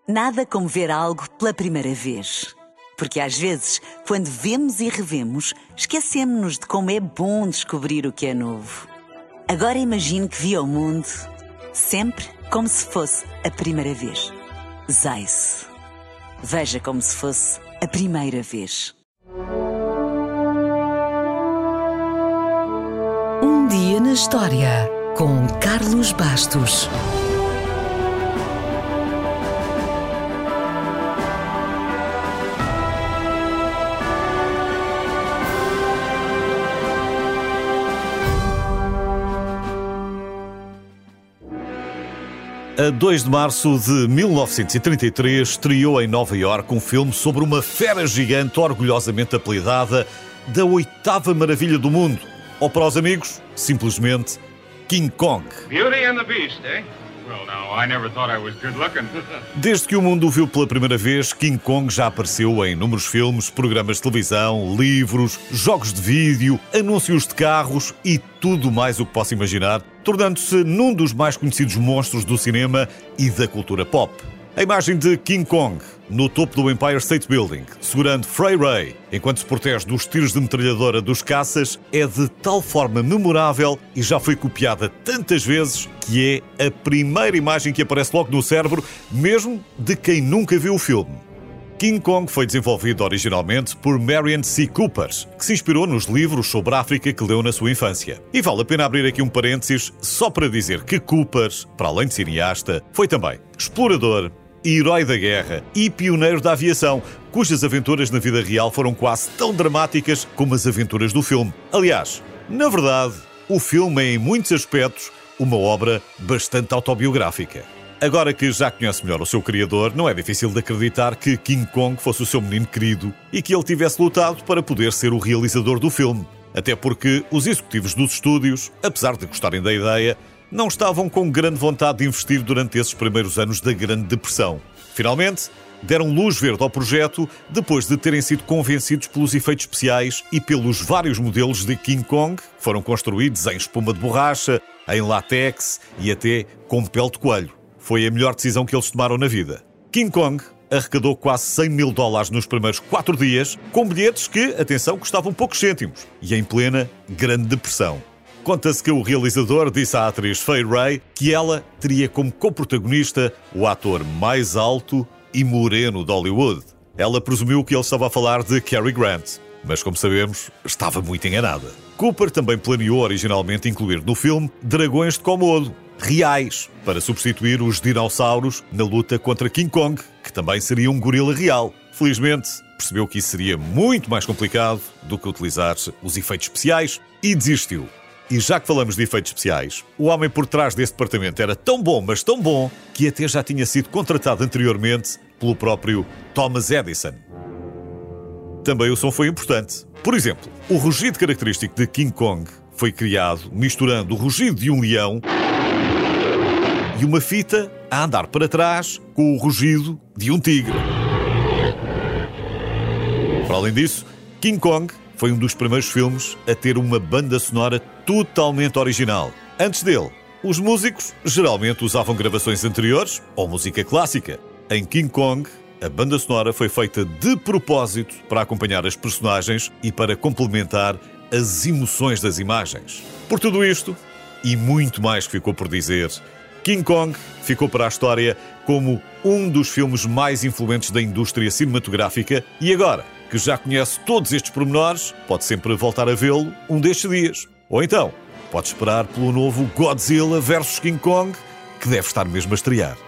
Nada como ver algo pela primeira vez. Porque às vezes, quando vemos e revemos, esquecemos-nos de como é bom descobrir o que é novo. Agora imagine que viu o mundo sempre como se fosse a primeira vez. Zais. Veja como se fosse a primeira vez. Um dia na história, com Carlos Bastos. A 2 de março de 1933, estreou em Nova Iorque um filme sobre uma fera gigante orgulhosamente apelidada da oitava maravilha do mundo. Ou para os amigos, simplesmente King Kong. Beauty and the Beast, eh? Well, now, I never thought I was good looking. Desde que o mundo o viu pela primeira vez, King Kong já apareceu em inúmeros filmes, programas de televisão, livros, jogos de vídeo, anúncios de carros e tudo mais o que possa imaginar, tornando-se num dos mais conhecidos monstros do cinema e da cultura pop. A imagem de King Kong no topo do Empire State Building, segurando Fay Wray, enquanto se protege dos tiros de metralhadora dos caças, é de tal forma memorável e já foi copiada tantas vezes que é a primeira imagem que aparece logo no cérebro, mesmo de quem nunca viu o filme. King Kong foi desenvolvido originalmente por Merian C. Cooper, que se inspirou nos livros sobre a África que leu na sua infância. E vale a pena abrir aqui um parênteses só para dizer que Cooper, para além de cineasta, foi também explorador, herói da guerra e pioneiro da aviação, cujas aventuras na vida real foram quase tão dramáticas como as aventuras do filme. Aliás, na verdade, o filme é em muitos aspectos uma obra bastante autobiográfica. Agora que já conhece melhor o seu criador, não é difícil de acreditar que King Kong fosse o seu menino querido e que ele tivesse lutado para poder ser o realizador do filme. Até porque os executivos dos estúdios, apesar de gostarem da ideia, não estavam com grande vontade de investir durante esses primeiros anos da Grande Depressão. Finalmente, deram luz verde ao projeto depois de terem sido convencidos pelos efeitos especiais e pelos vários modelos de King Kong que foram construídos em espuma de borracha, em látex e até com pele de coelho. Foi a melhor decisão que eles tomaram na vida. King Kong arrecadou quase $100 mil nos primeiros 4 dias, com bilhetes que, atenção, custavam poucos cêntimos e em plena Grande Depressão. Conta-se que o realizador disse à atriz Fay Wray que ela teria como co-protagonista o ator mais alto e moreno de Hollywood. Ela presumiu que ele estava a falar de Cary Grant, mas como sabemos, estava muito enganada. Cooper também planeou originalmente incluir no filme dragões de Komodo, reais, para substituir os dinossauros na luta contra King Kong, que também seria um gorila real. Felizmente, percebeu que isso seria muito mais complicado do que utilizar os efeitos especiais e desistiu. E já que falamos de efeitos especiais, o homem por trás desse departamento era tão bom, mas tão bom, que até já tinha sido contratado anteriormente pelo próprio Thomas Edison. Também o som foi importante. Por exemplo, o rugido característico de King Kong foi criado misturando o rugido de um leão e uma fita a andar para trás com o rugido de um tigre. Para além disso, King Kong foi um dos primeiros filmes a ter uma banda sonora totalmente original. Antes dele, os músicos geralmente usavam gravações anteriores ou música clássica. Em King Kong, a banda sonora foi feita de propósito para acompanhar as personagens e para complementar as emoções das imagens. Por tudo isto, e muito mais que ficou por dizer, King Kong ficou para a história como um dos filmes mais influentes da indústria cinematográfica e agora, que já conhece todos estes pormenores, pode sempre voltar a vê-lo um destes dias. Ou então, pode esperar pelo novo Godzilla vs King Kong, que deve estar mesmo a estrear.